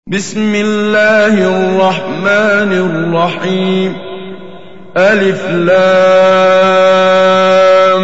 بسم الله الرحمن الرحيم ألف لام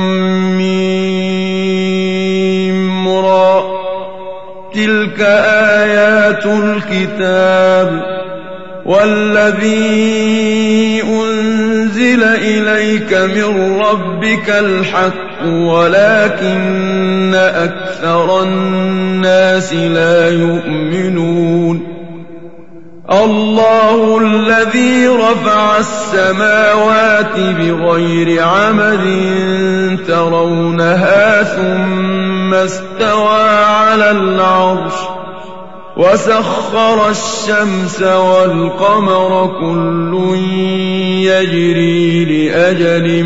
ميم را تلك آيات الكتاب والذي أنزل إليك من ربك الحق ولكن أكثر الناس لا يؤمنون الله الذي رفع السماوات بغير عمد ترونها ثم استوى على العرش وسخر الشمس والقمر كل يجري لأجل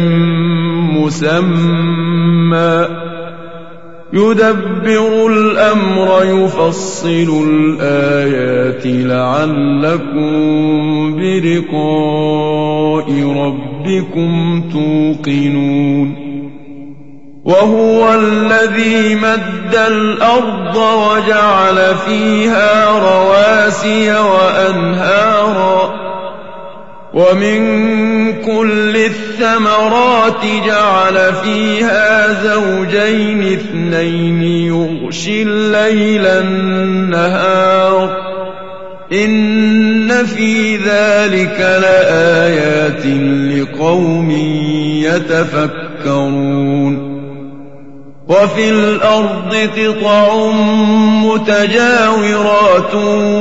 مسمى يدبر الأمر يفصل الآيات لعلكم بلقاء ربكم توقنون وهو الذي مد الأرض وجعل فيها رواسي وأنهارا ومن كل الثمرات جعل فيها زوجين اثنين يغشي الليل النهار إن في ذلك لآيات لقوم يتفكرون وفي الأرض قطع متجاورات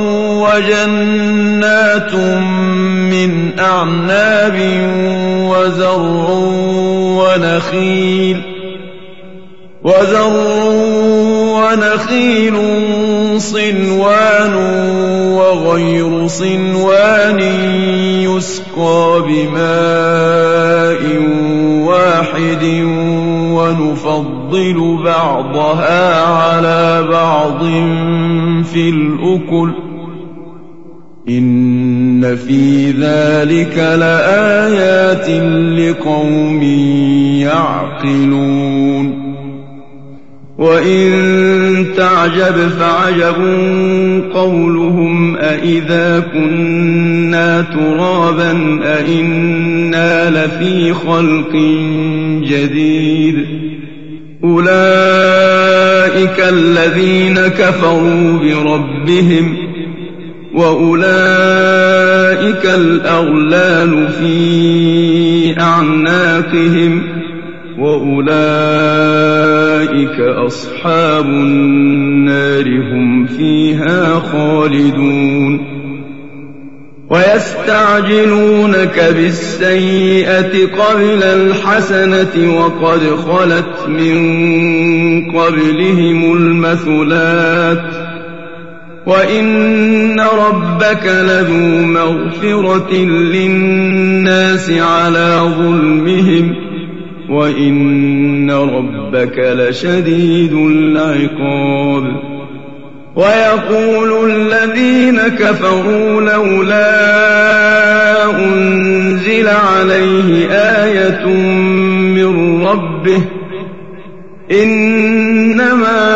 وجنات من أعناب وزرع ونخيل صنوان وغير صنوان يسقى بماء واحد ونفضل بعضها على بعض في الأكل إن في ذلك لآيات لقوم يعقلون وإن تعجب فعجب قولهم أإذا كنا ترابا أإنا لفي خلق جديد أولئك الذين كفروا بربهم وأولئك الأغلال في أعناقهم وأولئك أصحاب النار هم فيها خالدون ويستعجلونك بالسيئة قبل الحسنة وقد خلت من قبلهم المثلات وإن ربك لذو مغفرة للناس على ظلمهم وإن ربك لشديد العقاب ويقول الذين كفروا لولا أنزل عليه آية من ربه إنما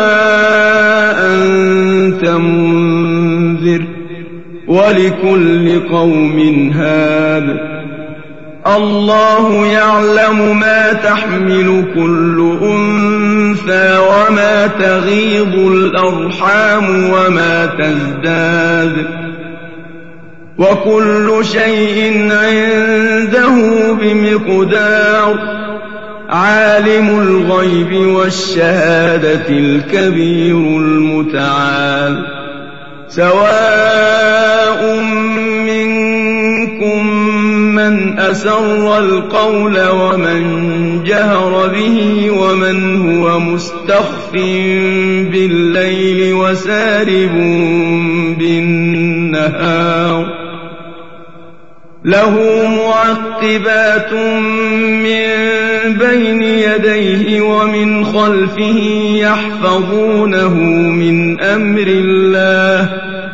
أنت منذر ولكل قوم هاد الله يعلم ما تحمل كل أنثى وما تغيض الأرحام وما تزداد وكل شيء عنده بمقدار عالم الغيب والشهادة الكبير المتعال سواء منكم من أسر القول ومن جهر به ومن هو مستخف بالليل وسارب بالنهار له معقبات من بين يديه ومن خلفه يحفظونه من أمر الله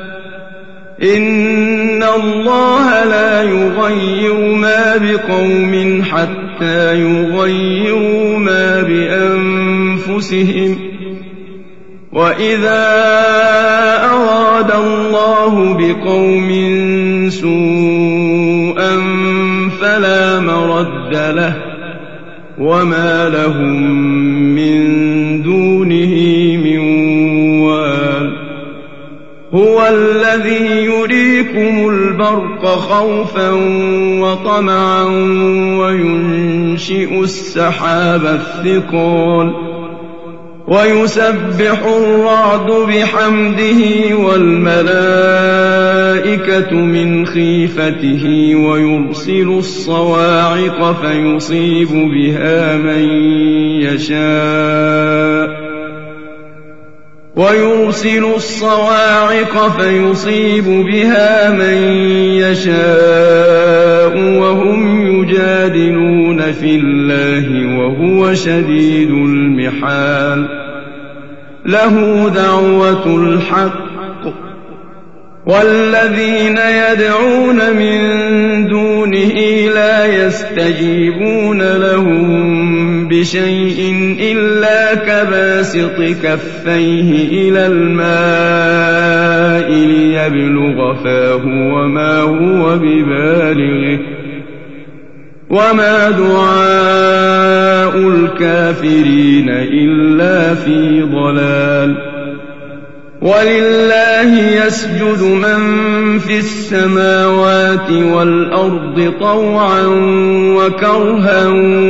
إن الله لا يغير ما بقوم حتى يغيروا ما بأنفسهم وإذا أراد الله بقوم سوءا فلا مرد له وما لهم من دونه من وال هو الذي يريكم البرق خوفا وطمعا وينشئ السحاب الثقال ويسبح الرعد بحمده والملائكة من خيفته ويرسل الصواعق فيصيب بها من يشاء وهم يجادلون في الله وهو شديد المحال له دعوة الحق والذين يدعون من دونه لا يستجيبون لهم بشيء إلا كباسط كفيه إلى الماء ليبلغ فاه وما هو ببالغه وما دعاء الكافرين إلا في ضلال ولله يسجد من في السماوات والأرض طوعا وكرها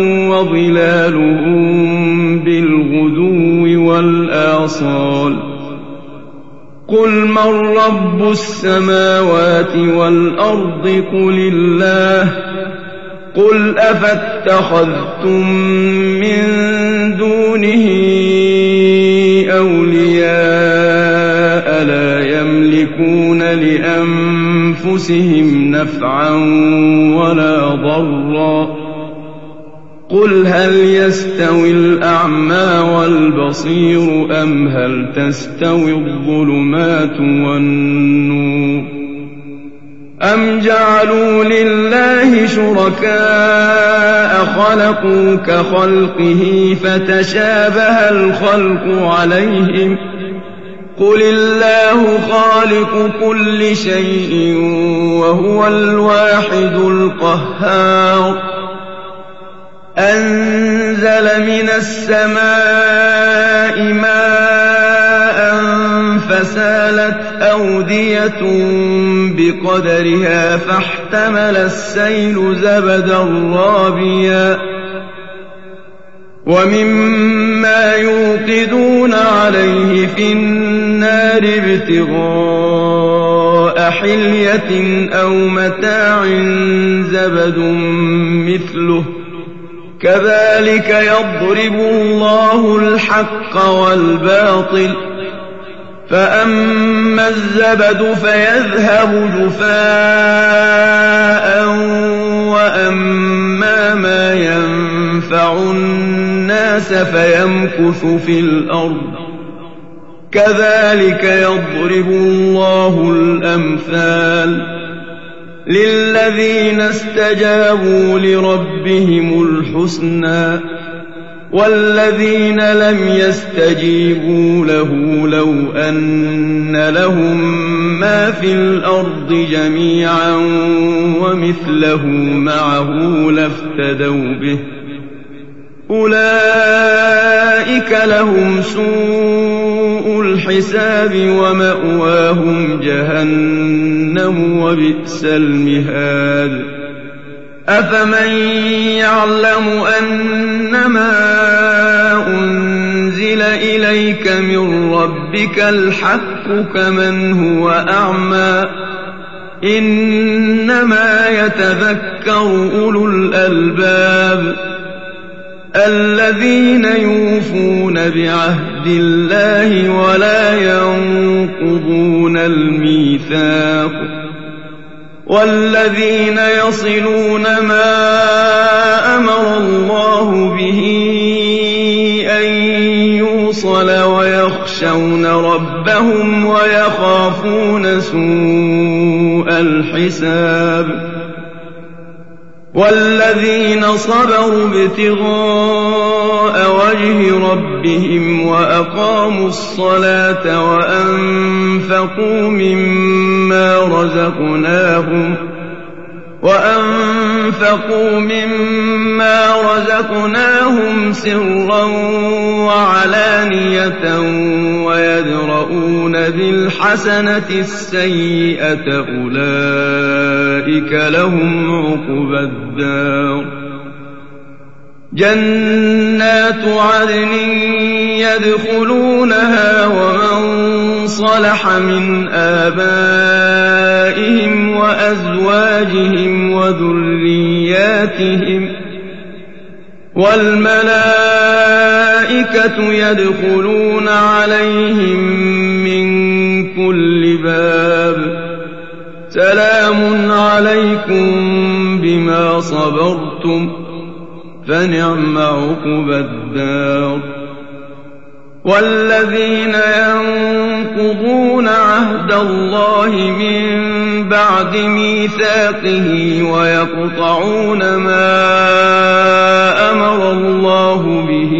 وظلالهم بالغدو والآصال قل من رب السماوات والأرض قل الله قل أفاتخذتم من دونه أولياء لا يملكون لأنفسهم نفعا ولا ضرا قل هل يستوي الأعمى والبصير أم هل تستوي الظلمات والنور أم جعلوا لله شركاء خلقوا كخلقه فتشابه الخلق عليهم قل الله خالق كل شيء وهو الواحد القهار أنزل من السماء ماء فسالت أودية بقدرها فاحتمل السيل زبدا رابيا ومما يوقدون عليه في النار ابتغاء حلية أو متاع زبد مثله كذلك يضرب الله الحق والباطل فأما الزبد فيذهب جفاء وأما ما ينفع الناس فيمكث في الأرض كذلك يضرب الله الأمثال للذين استجابوا لربهم الحسنى والذين لم يستجيبوا له لو أن لهم ما في الأرض جميعا ومثله معه لافتدوا به أولئك لهم سوء الحساب ومأواهم جهنم وبئس المهاد أفمن يعلم أنما أنزل إليك من ربك الحق كمن هو أعمى إنما يتذكر أولو الألباب الذين يوفون بعهد الله ولا ينقضون الميثاق والذين يصلون ما أمر الله به أن يوصل ويخشون ربهم ويخافون سوء الحساب والذين صبروا ابتغاء وجه ربهم وأقاموا الصلاة وأنفقوا مما رزقناهم سرا وعلانية ويدرؤون بالحسنة السيئة أولئك لهم عقبى الدار جنات عدن يدخلونها ومن صلح من آبائهم وأزواجهم وذرياتهم والملائكة يدخلون عليهم من كل باب سلام عليكم بما صبرتم فنعم عقبى الدار والذين ينقضون عهد الله من بعد ميثاقه ويقطعون ما أمر الله به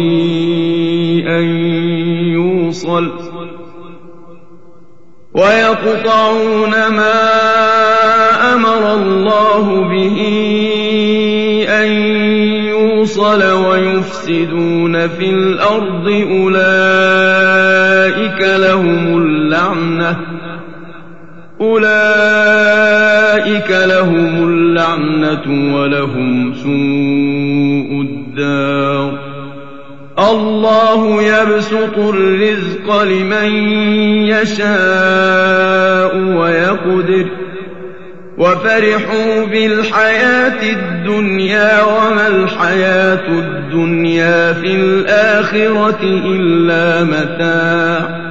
أن يوصل ويفسدون في الأرض أولئك لهم اللعنة ولهم سوء الدار الله يبسط الرزق لمن يشاء ويقدر وفرحوا بالحياة الدنيا وما الحياة الدنيا في الآخرة إلا متاع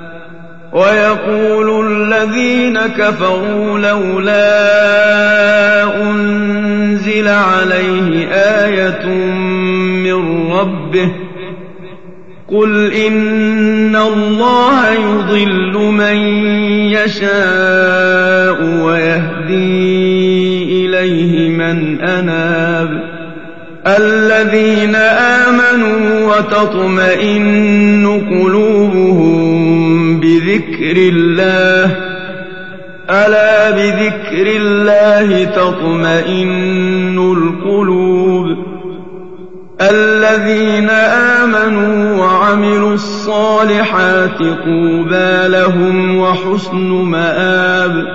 ويقول الذين كفروا لولا أنزل عليه آية من ربه قل إن الله يضل من يشاء ويهدي إليه من أناب الذين آمنوا وتطمئن قلوبهم بذكر الله ألا بذكر الله تطمئن القلوب الذين آمنوا وعملوا الصالحات طوبى لهم وحسن مآب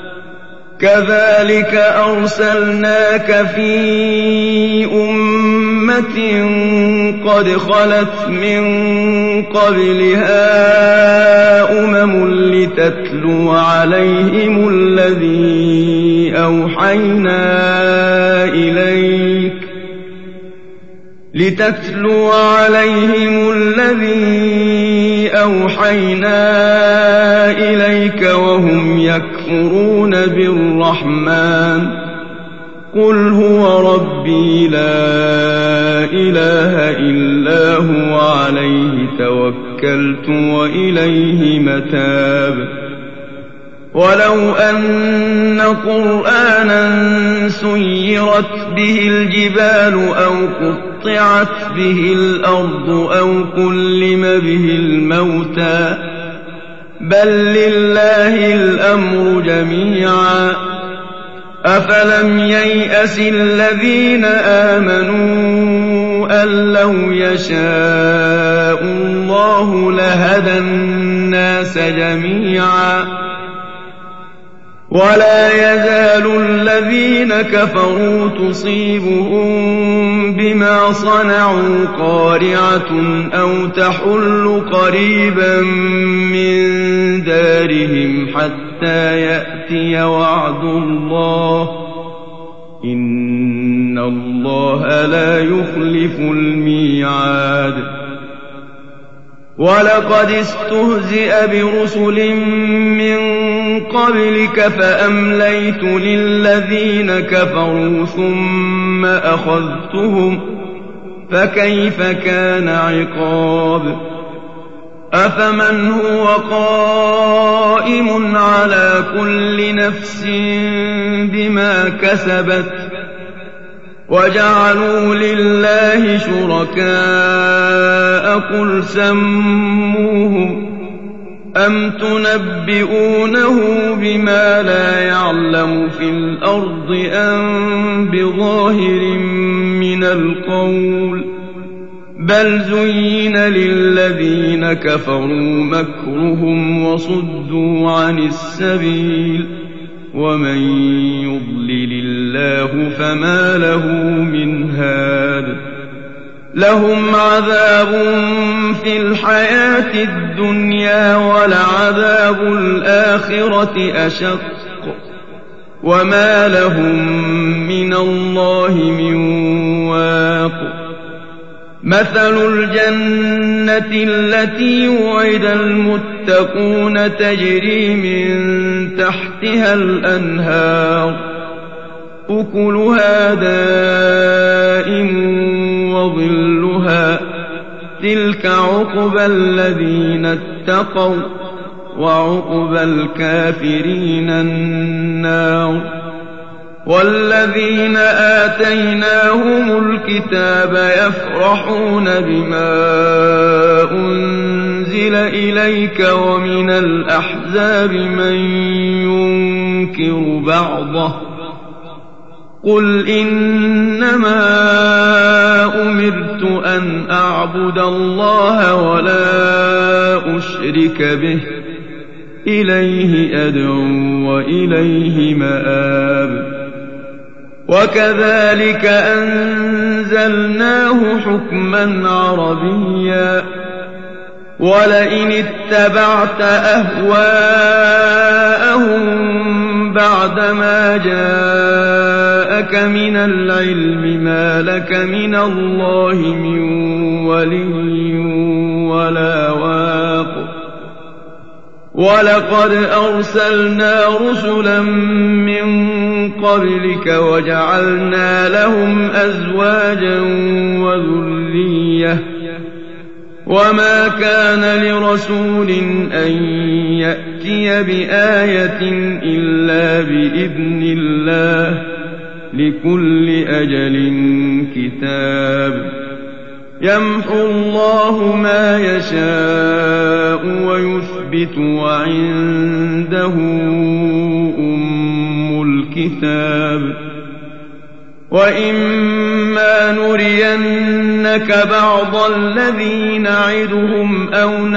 كذلك أرسلناك في أمة قد خلت من قبلها لتتلو عليهم الذي أوحينا إليك وهم يكفرون بالرحمن قل هو ربي لا إله إلا هو عليه توكلت وإليه متاب ولو أن قرآنا سيرت به الجبال أو قطعت به الأرض أو كلم به الموتى بل لله الأمر جميعا أفلم ييأس الذين آمنوا أن لو يشاء الله لهدى الناس جميعا ولا يزال الذين كفروا تصيبهم بما صنعوا قارعة أو تحل قريبا من دارهم حتى يأتي وعد الله إن الله لا يخلف الميعاد ولقد استهزئ برسل من قبلك فأمليت للذين كفروا ثم أخذتهم فكيف كان عقاب أفمن هو قائم على كل نفس بما كسبت وجعلوا لله شركاء قل سموهم أم تنبئونه بما لا يعلم في الأرض أم بظاهر من القول بل زين للذين كفروا مكرهم وصدوا عن السبيل ومن يضلل الله فما له من هاد لهم عذاب في الحياة الدنيا ولعذاب الآخرة أشق وما لهم من الله من واق مثل الجنة التي وعد المتقون تجري من تحتها الأنهار أكلها دائم وظلها تلك عقبى الذين اتقوا وعقبى الكافرين النار والذين آتيناهم الكتاب يفرحون بما أنزل إليك ومن الأحزاب من ينكر بعضه قل إنما أمرت أن أعبد الله ولا أشرك به إليه أدعو وإليه مآب وكذلك أنزلناه حكما عربيا ولئن اتبعت أهواءهم بعدما جاءك من العلم ما لك من الله من ولي ولا واق ولقد أرسلنا رسلا من قبلك وجعلنا لهم أزواجا وذرية وما كان لرسول أن يأتي بآية إلا بإذن الله لكل أجل كتاب يمحو الله ما يشاء ويثبت وعنده أم الكتاب وإما نرينك بعض الذي نعدهم أو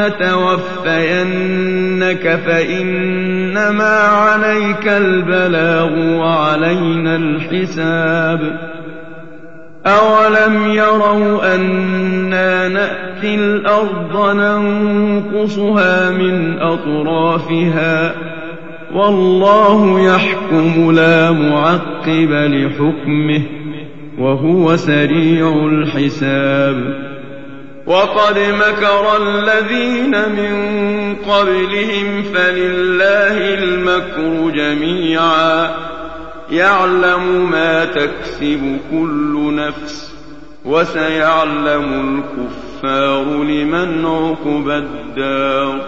نتوفينك فإنما عليك البلاغ وعلينا الحساب أولم يروا أنا نأتي الأرض ننقصها من أطرافها والله يحكم لا معقب لحكمه وهو سريع الحساب وقد مكر الذين من قبلهم فلله المكر جميعا يعلم ما تكسب كل نفس وسيعلم الكفار لمن عقبى الدار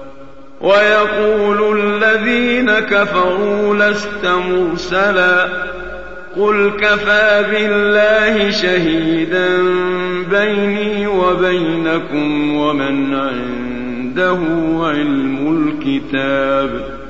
ويقول الذين كفروا لست مرسلا قل كفى بالله شهيدا بيني وبينكم ومن عنده علم الكتاب